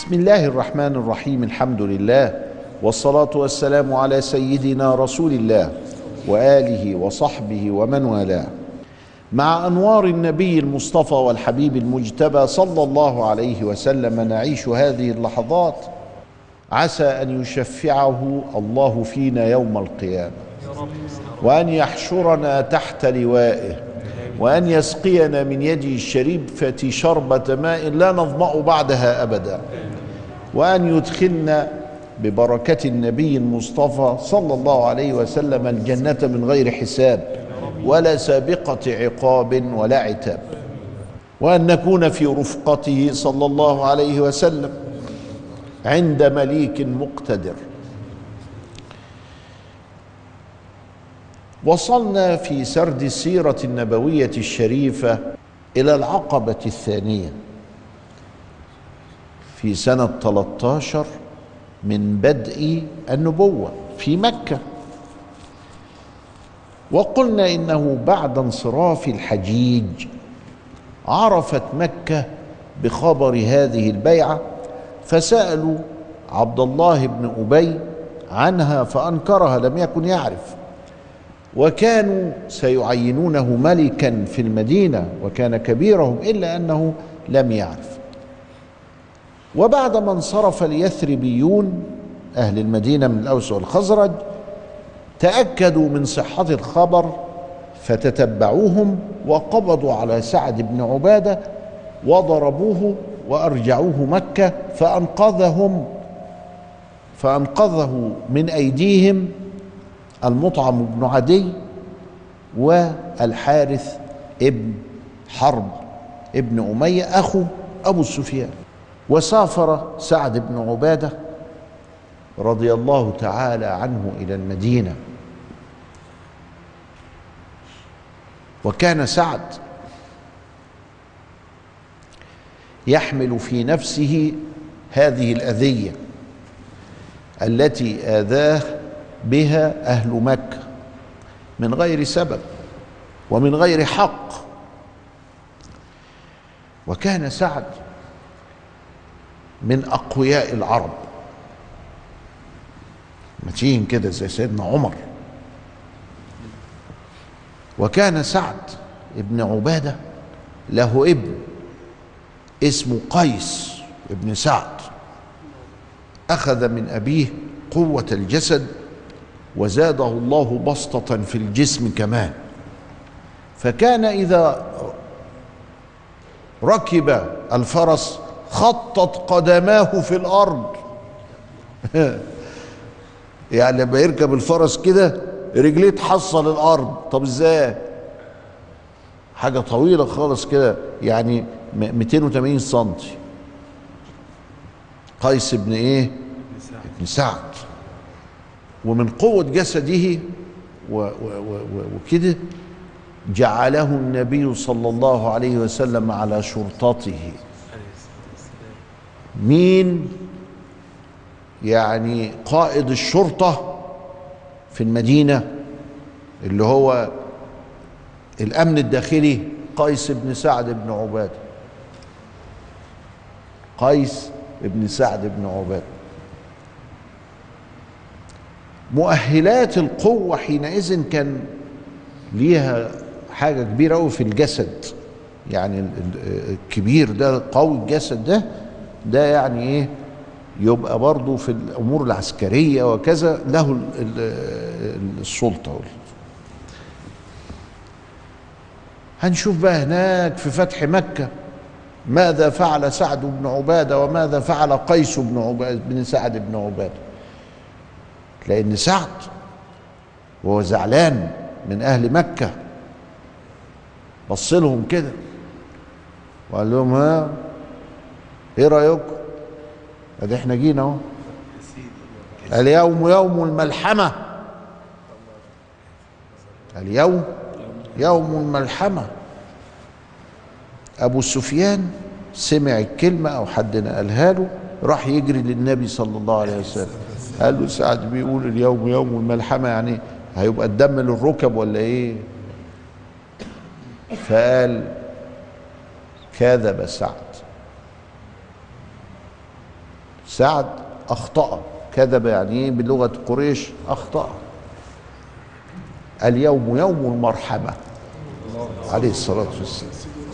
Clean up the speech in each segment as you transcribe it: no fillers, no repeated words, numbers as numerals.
بسم الله الرحمن الرحيم. الحمد لله والصلاة والسلام على سيدنا رسول الله وآله وصحبه ومن والاه. مع أنوار النبي المصطفى والحبيب المجتبى صلى الله عليه وسلم نعيش هذه اللحظات، عسى أن يشفعه الله فينا يوم القيامة، وأن يحشرنا تحت لوائه، وأن يسقينا من يده الشريفة شربة ماء لا نظمأ بعدها أبدا، وأن يدخلنا ببركة النبي المصطفى صلى الله عليه وسلم الجنة من غير حساب ولا سابقة عقاب ولا عتاب، وأن نكون في رفقته صلى الله عليه وسلم عند مليك مقتدر. وصلنا في سرد السيرة النبوية الشريفة إلى العقبة الثانية في سنة 13 من بدء النبوة في مكة، وقلنا إنه بعد انصراف الحجيج عرفت مكة بخبر هذه البيعة، فسألوا عبد الله بن أبي عنها فأنكرها، لم يكن يعرف، وكانوا سيعينونه ملكا في المدينة وكان كبيرهم، إلا أنه لم يعرف. وبعدما انصرف اليثربيون أهل المدينة من الأوس والخزرج تأكدوا من صحة الخبر فتتبعوهم وقبضوا على سعد بن عبادة وضربوه وأرجعوه مكة، فأنقذه من أيديهم المطعم بن عدي والحارث ابن حرب ابن أمية أخو أبو سفيان. وسافر سعد بن عبادة رضي الله تعالى عنه إلى المدينة، وكان سعد يحمل في نفسه هذه الأذية التي آذاه بها أهل مكة من غير سبب ومن غير حق. وكان سعد من أقوياء العرب، متين كده زي سيدنا عمر. وكان سعد ابن عبادة له ابن اسمه قيس ابن سعد، أخذ من أبيه قوة الجسد وزاده الله بسطة في الجسم كمان، فكان إذا ركب الفرس خطت قدماه في الأرض يعني لما يركب الفرس كده رجليه تحصل الأرض. طب ازاي؟ حاجة طويلة خالص كده، يعني 280 سنتي. قيس ابن ايه؟ ابن سعد. ومن قوة جسده وكده جعله النبي صلى الله عليه وسلم على شرطته. مين؟ يعني قائد الشرطة في المدينة اللي هو الأمن الداخلي، قيس بن سعد بن عبادة. قيس بن سعد بن عبادة. مؤهلات القوة حينئذ كان ليها حاجة كبيرة أوي في الجسد، يعني الكبير ده قوي الجسد ده يعني ايه، يبقى برضه في الأمور العسكرية وكذا له السلطة. هنشوف بقى هناك في فتح مكة ماذا فعل سعد بن عبادة وماذا فعل قيس بن سعد بن عبادة. لأن سعد وهو زعلان من أهل مكة بص لهم كده وقال لهم ها ايه رأيكم؟ ادي احنا جينا اهو، اليوم يوم الملحمة، اليوم يوم الملحمة. أبو سفيان سمع الكلمة أو حد نقلها له، راح يجري للنبي صلى الله عليه وسلم قال له سعد بيقول اليوم يوم الملحمة، يعني هيبقى الدم للركب ولا ايه؟ فقال كذب سعد، سعد أخطأ، كذب يعني ايه بلغة قريش؟ أخطأ. اليوم يوم المرحمة عليه الصلاة والسلام.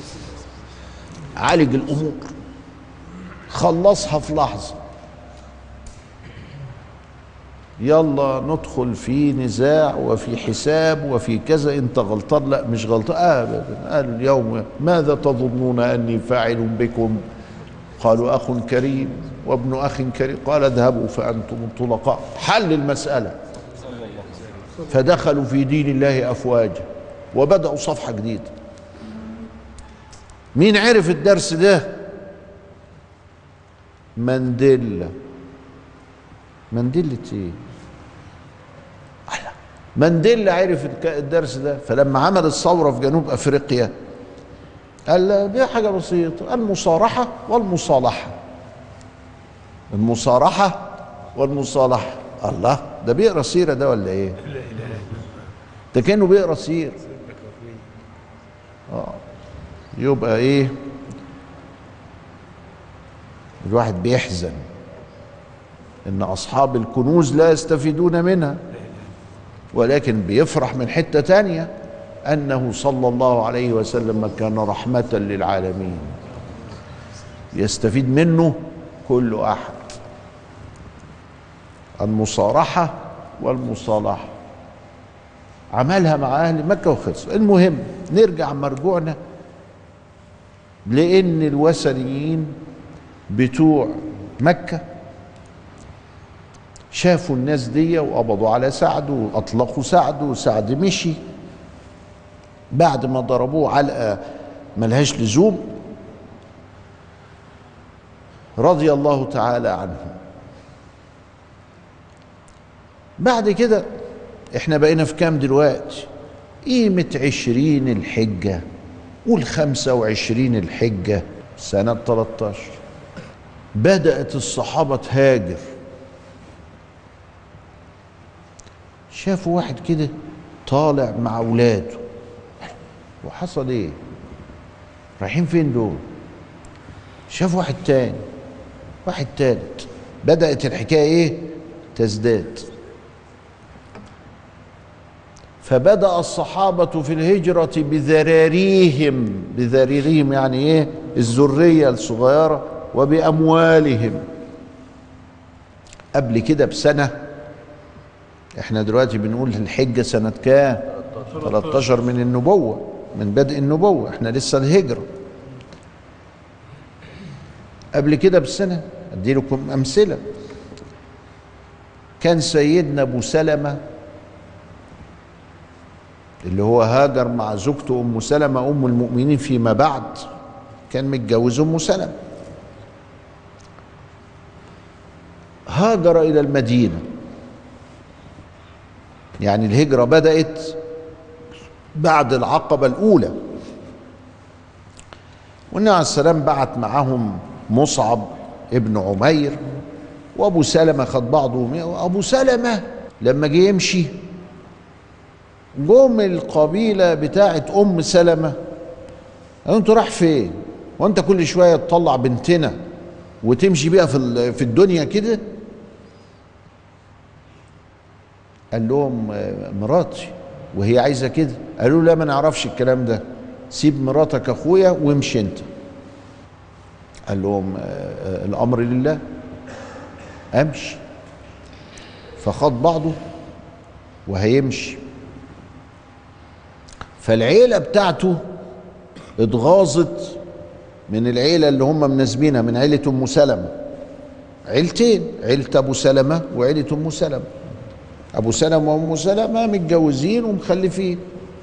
عالج الأمور، خلصها في لحظة. يلا ندخل في نزاع وفي حساب وفي كذا، انت غلطان، لا مش غلطان ابدا. قال اليوم ماذا تظنون اني فاعل بكم؟ قالوا اخ كريم وابن اخ كريم. قال اذهبوا فانتم الطلقاء. حل المسألة، فدخلوا في دين الله افواجا وبدأوا صفحة جديدة. مين عرف الدرس ده؟ مانديلا. مانديلا ايه؟ مانديلا عرف الدرس ده، فلما عمل الثورة في جنوب افريقيا قال دي حاجة بسيطة، المصارحة والمصالحة. المصارحة والمصالحة. الله، ده بيقرا سيرة ده ولا ايه؟ ده كأنه بيقرا سيرة. يبقى ايه؟ الواحد بيحزن ان اصحاب الكنوز لا يستفيدون منها، ولكن بيفرح من حتة تانية انه صلى الله عليه وسلم كان رحمة للعالمين، يستفيد منه كل احد. المصارحة والمصالحة عملها مع اهل مكة وخلص. المهم نرجع مرجوعنا، لان الوثنيين بتوع مكة شافوا الناس دي وقبضوا على سعد واطلقوا سعد، وسعد مشي بعد ما ضربوه علقة ملهاش لزوم رضي الله تعالى عنه. بعد كده احنا بقينا في كام دلوقتي؟ قيمة 20 الحجة وال25 الحجة سنة 13 بدأت الصحابة تهاجر. شافوا واحد كده طالع مع اولاده، وحصل ايه؟ رايحين فين دول؟ شافوا واحد تاني، واحد تالت، بدأت الحكاية ايه؟ تزداد. فبدأ الصحابة في الهجرة بذراريهم، بذراريهم يعني ايه؟ الذرية الصغيرة، وبأموالهم. قبل كده بسنة، احنا دلوقتي بنقول الحجة سنة كام؟ 13 من النبوة، من بدء النبوة، احنا لسه الهجرة. قبل كده بسنة ادي لكم امثلة. كان سيدنا ابو سلمة اللي هو هاجر مع زوجته ام سلمة ام المؤمنين فيما بعد، كان متجوز ام سلمة، هاجر الى المدينة. يعني الهجرة بدأت بعد العقبة الأولى، والنبي عليه السلام بعت معهم مصعب ابن عمير، وأبو سلمة خد بعضه. وأبو سلمة لما جه يمشي جم القبيلة بتاعت أم سلمة قالوا أنت رايح فين؟ وأنت كل شوية تطلع بنتنا وتمشي بيها في الدنيا كده؟ قال لهم مراتي وهي عايزه كده. قالوا لا ما نعرفش الكلام ده، سيب مراتك اخويا وامشي انت. قال لهم الامر لله، امشي. فخد بعضه وهيمشي، فالعيله بتاعته اتغاظت من العيله اللي هم مناسبينها، من عيله ام سلمة. عيلتين، عيله ابو سلمة وعيله ام سلمة. ابو سلمة وام سلمة متجوزين ومخلفين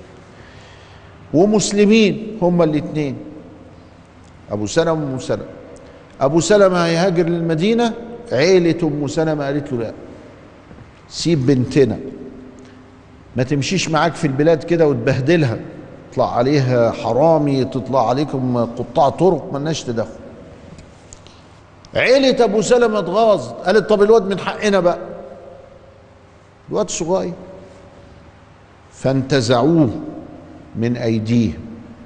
ومسلمين هما الاثنين، ابو سلمة وام سلمة. ابو سلمة هيهاجر للمدينة، عيلة ام سلمة قالت له لا، سيب بنتنا، ما تمشيش معاك في البلاد كده وتبهدلها، تطلع عليها حرامي، تطلع عليكم قطاع طرق، مالناش تدخل. عيلة ابو سلمة اتغاظت، قالت طب الواد من حقنا بقى، الواد صغير. فانتزعوه من ايديهم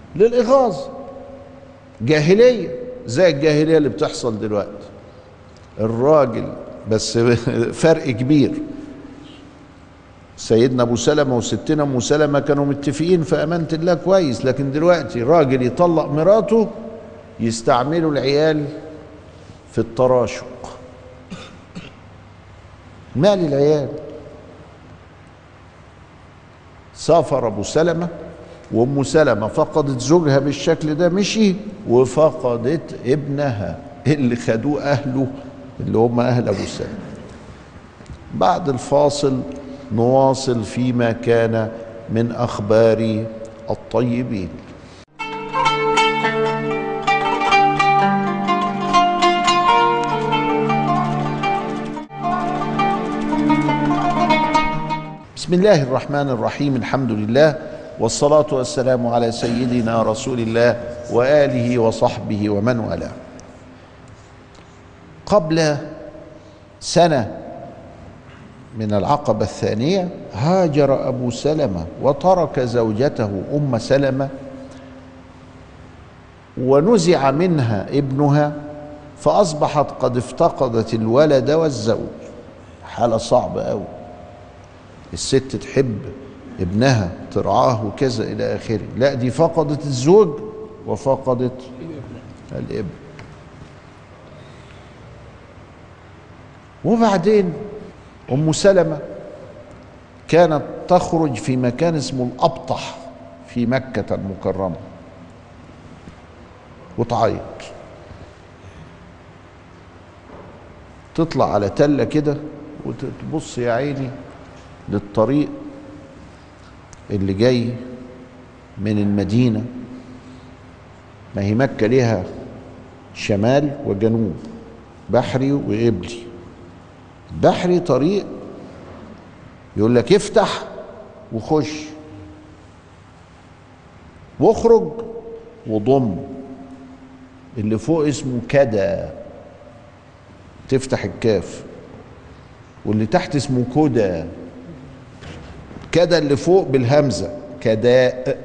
للاغاظه. جاهليه زي الجاهليه اللي بتحصل دلوقتي. الراجل بس فرق كبير. سيدنا ابو سلمة وستنا ام سلمة كانوا متفقين في امانة الله كويس، لكن دلوقتي راجل يطلق مراته يستعملوا العيال في التراشق. مال العيال؟ سافر ابو سلمة وام سلمة فقدت زوجها بالشكل ده، مشي وفقدت ابنها اللي خدوه اهله اللي هم اهل ابو سلمة. بعد الفاصل نواصل فيما كان من اخبار الطيبين. بسم الله الرحمن الرحيم، الحمد لله والصلاة والسلام على سيدنا رسول الله وآله وصحبه ومن والاه. قبل سنة من العقبة الثانية هاجر أبو سلمة وترك زوجته أم سلمة، ونزع منها ابنها، فأصبحت قد افتقدت الولد والزوج. حالة صعبة أوي، الست تحب ابنها ترعاه وكذا إلى آخره، لا دي فقدت الزوج وفقدت الابن. وبعدين أم سلمة كانت تخرج في مكان اسمه الأبطح في مكة المكرمة وتعيط، تطلع على تلة كده وتبص يا عيني للطريق اللي جاي من المدينة. ما هي مكة ليها شمال وجنوب، بحري وقبلي. البحري طريق يقول لك افتح وخش واخرج وضم، اللي فوق اسمه كدا، تفتح الكاف، واللي تحت اسمه كدا، كدا اللي فوق بالهمزة كداء،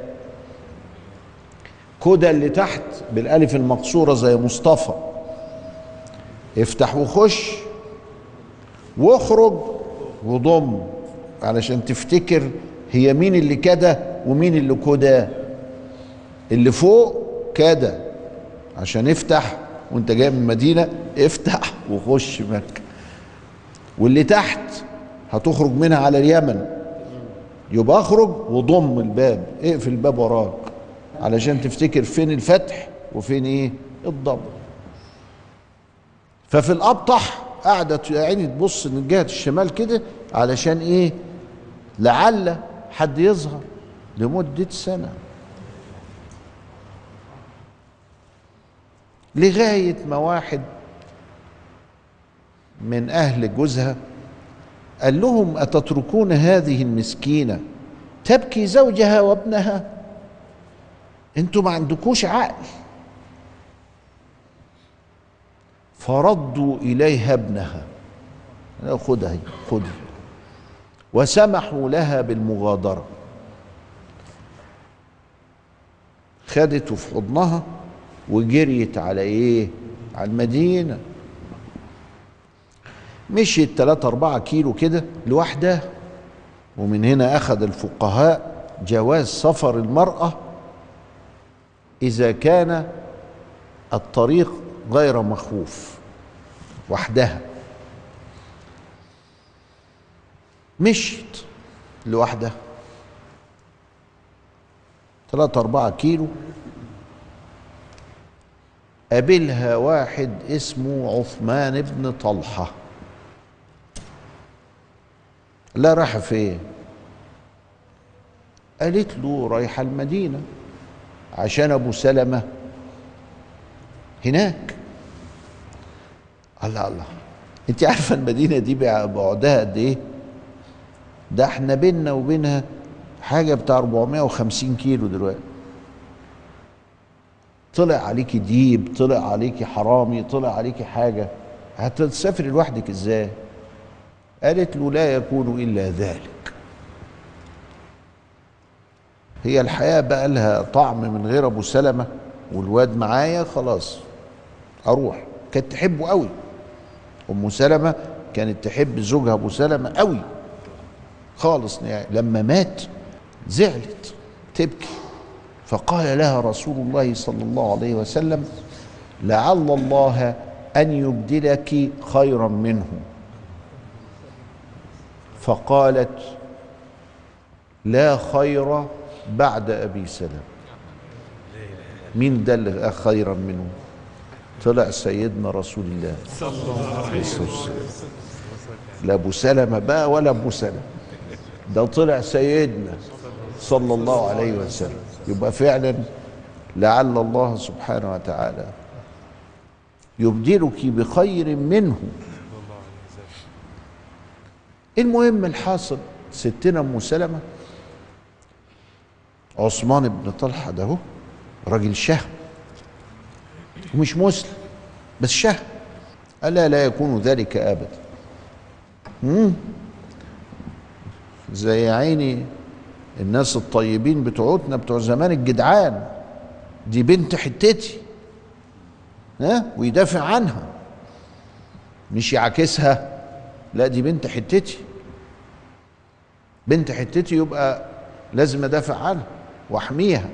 كدا اللي تحت بالالف المقصورة زي مصطفى. افتح وخش واخرج وضم، علشان تفتكر هي مين اللي كدا ومين اللي كدا. اللي فوق كدا عشان افتح وانت جاي من المدينة، افتح وخش مكة. واللي تحت هتخرج منها على اليمن، يبقى اخرج وضم الباب، اقفل الباب وراك علشان تفتكر فين الفتح وفين ايه الضم. ففي الابطح قعدت يا عيني تبص من جهة الشمال كده علشان ايه؟ لعل حد يظهر، لمدة سنة، لغاية ما واحد من أهل جوزها قال لهم: أتتركون هذه المسكينة تبكي زوجها وابنها؟ انتوا ما عندكوش عقل. فردوا إليها ابنها، خدها خدي، وسمحوا لها بالمغادرة. خدته في حضنها وجريت على ايه؟ على المدينة. مشيت 3-4 كيلو كده لوحدها. ومن هنا أخذ الفقهاء جواز سفر المرأة إذا كان الطريق غير مخوف، وحدها. مشيت لوحدها 3-4 كيلو، قابلها واحد اسمه عثمان بن طلحة. لا، راح فين؟ قالت له رايحة المدينة عشان أبو سلمة هناك. الله الله، انت عارفة المدينة دي بعدها قد ايه؟ ده احنا بيننا وبينها حاجة بتاع 450 كيلو دلوقتي. طلع عليكي ديب، طلع عليكي حرامي، طلع عليكي حاجة، هتسافري لوحدك ازاي؟ قالت له: لا يكون إلا ذلك. هي الحياة بقى لها طعم من غير أبو سلمة والواد معايا، خلاص أروح. كانت تحبه قوي أم سلمة كانت تحب زوجها أبو سلمة قوي خالص، يعني لما مات زعلت تبكي، فقال لها رسول الله صلى الله عليه وسلم: لعل الله أن يبدلك خيرا منه. فقالت: لا خير بعد أبي سلمة. مين ده اللي خيرا منه؟ طلع سيدنا رسول الله صلى الله عليه وسلم. لا أبو سلمة بقى ولا أبو سلمة، ده طلع سيدنا صلى الله عليه وسلم. يبقى فعلا لعل الله سبحانه وتعالى يبدلك بخير منه. المهم الحاصل، ستنا ام سلمة عثمان بن طلحة ده هو راجل شهم ومش مسلم بس شهم، ألا لا يكون ذلك أبدا. زي عيني الناس الطيبين بتوعتنا بتوع زمان الجدعان، دي بنت حتتي، ويدافع عنها مش يعاكسها، لا دي بنت حتتي، بنت حتتي يبقى لازم ادافع عنها واحميها.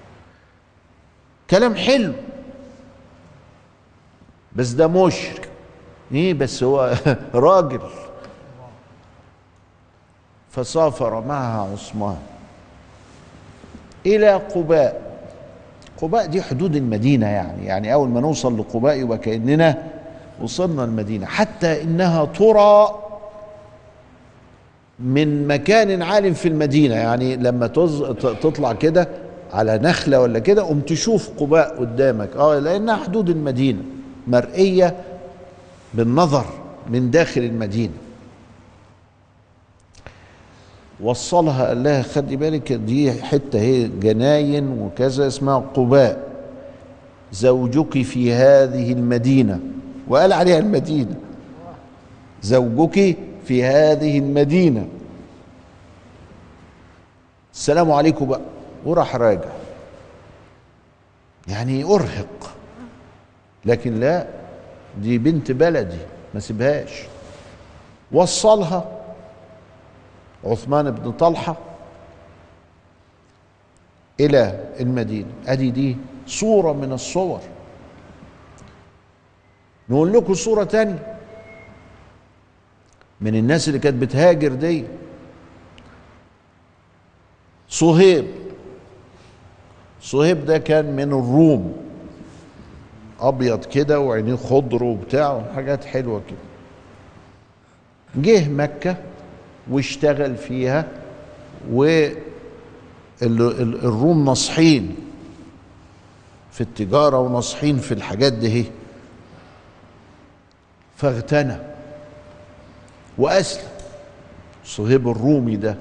كلام حلو، بس ده مشرك بس هو راجل. فسافر معها عثمان الى قباء. قباء دي حدود المدينة، يعني أول ما نوصل لقباء يبقى كأننا وصلنا المدينة، حتى إنها ترى من مكان عال في المدينة. يعني لما تطلع كده على نخلة ولا كده قم تشوف قباء قدامك، لأنها حدود المدينة مرئية بالنظر من داخل المدينة. وصلها قال لها خدي بالك دي حته هي جناين وكذا اسمها قباء، زوجك في هذه المدينه، وقال عليها المدينه، زوجك في هذه المدينه، السلام عليكم بقى. وراح راجع، يعني ارهق، لكن لا دي بنت بلدي ما سيبهاش. وصلها عثمان بن طلحة إلى المدينة. أدي دي صورة من الصور. نقول لكم صورة تانية من الناس اللي كانت بتهاجر دي، صهيب. صهيب ده كان من الروم، أبيض كده وعينيه خضر وبتاع وحاجات حلوة كده. جه مكة واشتغل فيها، والروم ناصحين في التجارة وناصحين في الحاجات دي، فاغتنى وأسلم. صهيب الرومي ده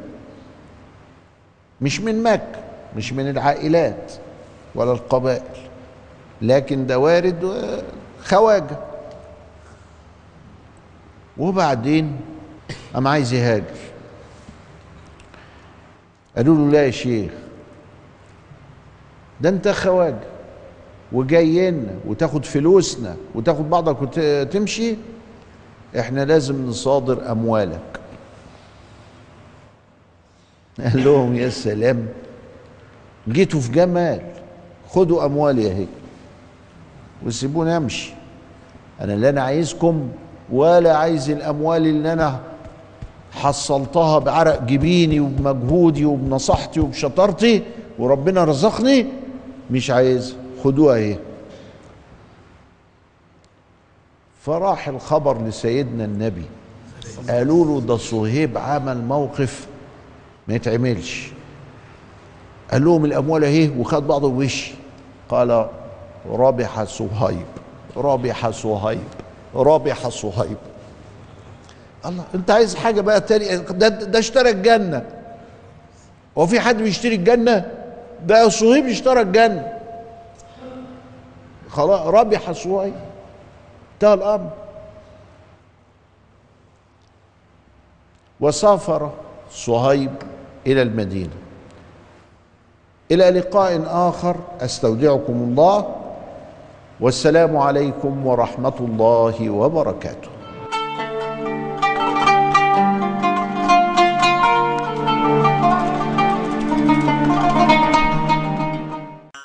مش من مكة، مش من العائلات ولا القبائل، لكن ده وارد خواجة. وبعدين قام عايز يهاجر، قالوا له لا يا شيخ، ده انت خواجه وجاي لنا وتاخد فلوسنا وتاخد بعضك وتمشي، احنا لازم نصادر اموالك. قال لهم يا سلام، جيتوا في جمال، خدوا اموالي اهي وسيبوني امشي. انا لا انا عايزكم ولا عايز الاموال اللي انا حصلتها بعرق جبيني وبمجهودي وبنصحتي وبشطارتي وربنا رزقني، مش عايز، خدوها اهي. فراح الخبر لسيدنا النبي، قالوا له ده صهيب عمل موقف ما يتعملش. قال لهم الاموال اهي وخد بعضه ومشي. قال ربح صهيب، ربح صهيب، ربح صهيب. الله، انت عايز حاجه بقى تاني؟ ده اشترى الجنه. هو في حد بيشتري الجنه؟ ده صهيب اشترى الجنه. خلاص ربح صهيب، انتهى الامر. وسافر صهيب الى المدينه. الى لقاء اخر، استودعكم الله، والسلام عليكم ورحمه الله وبركاته.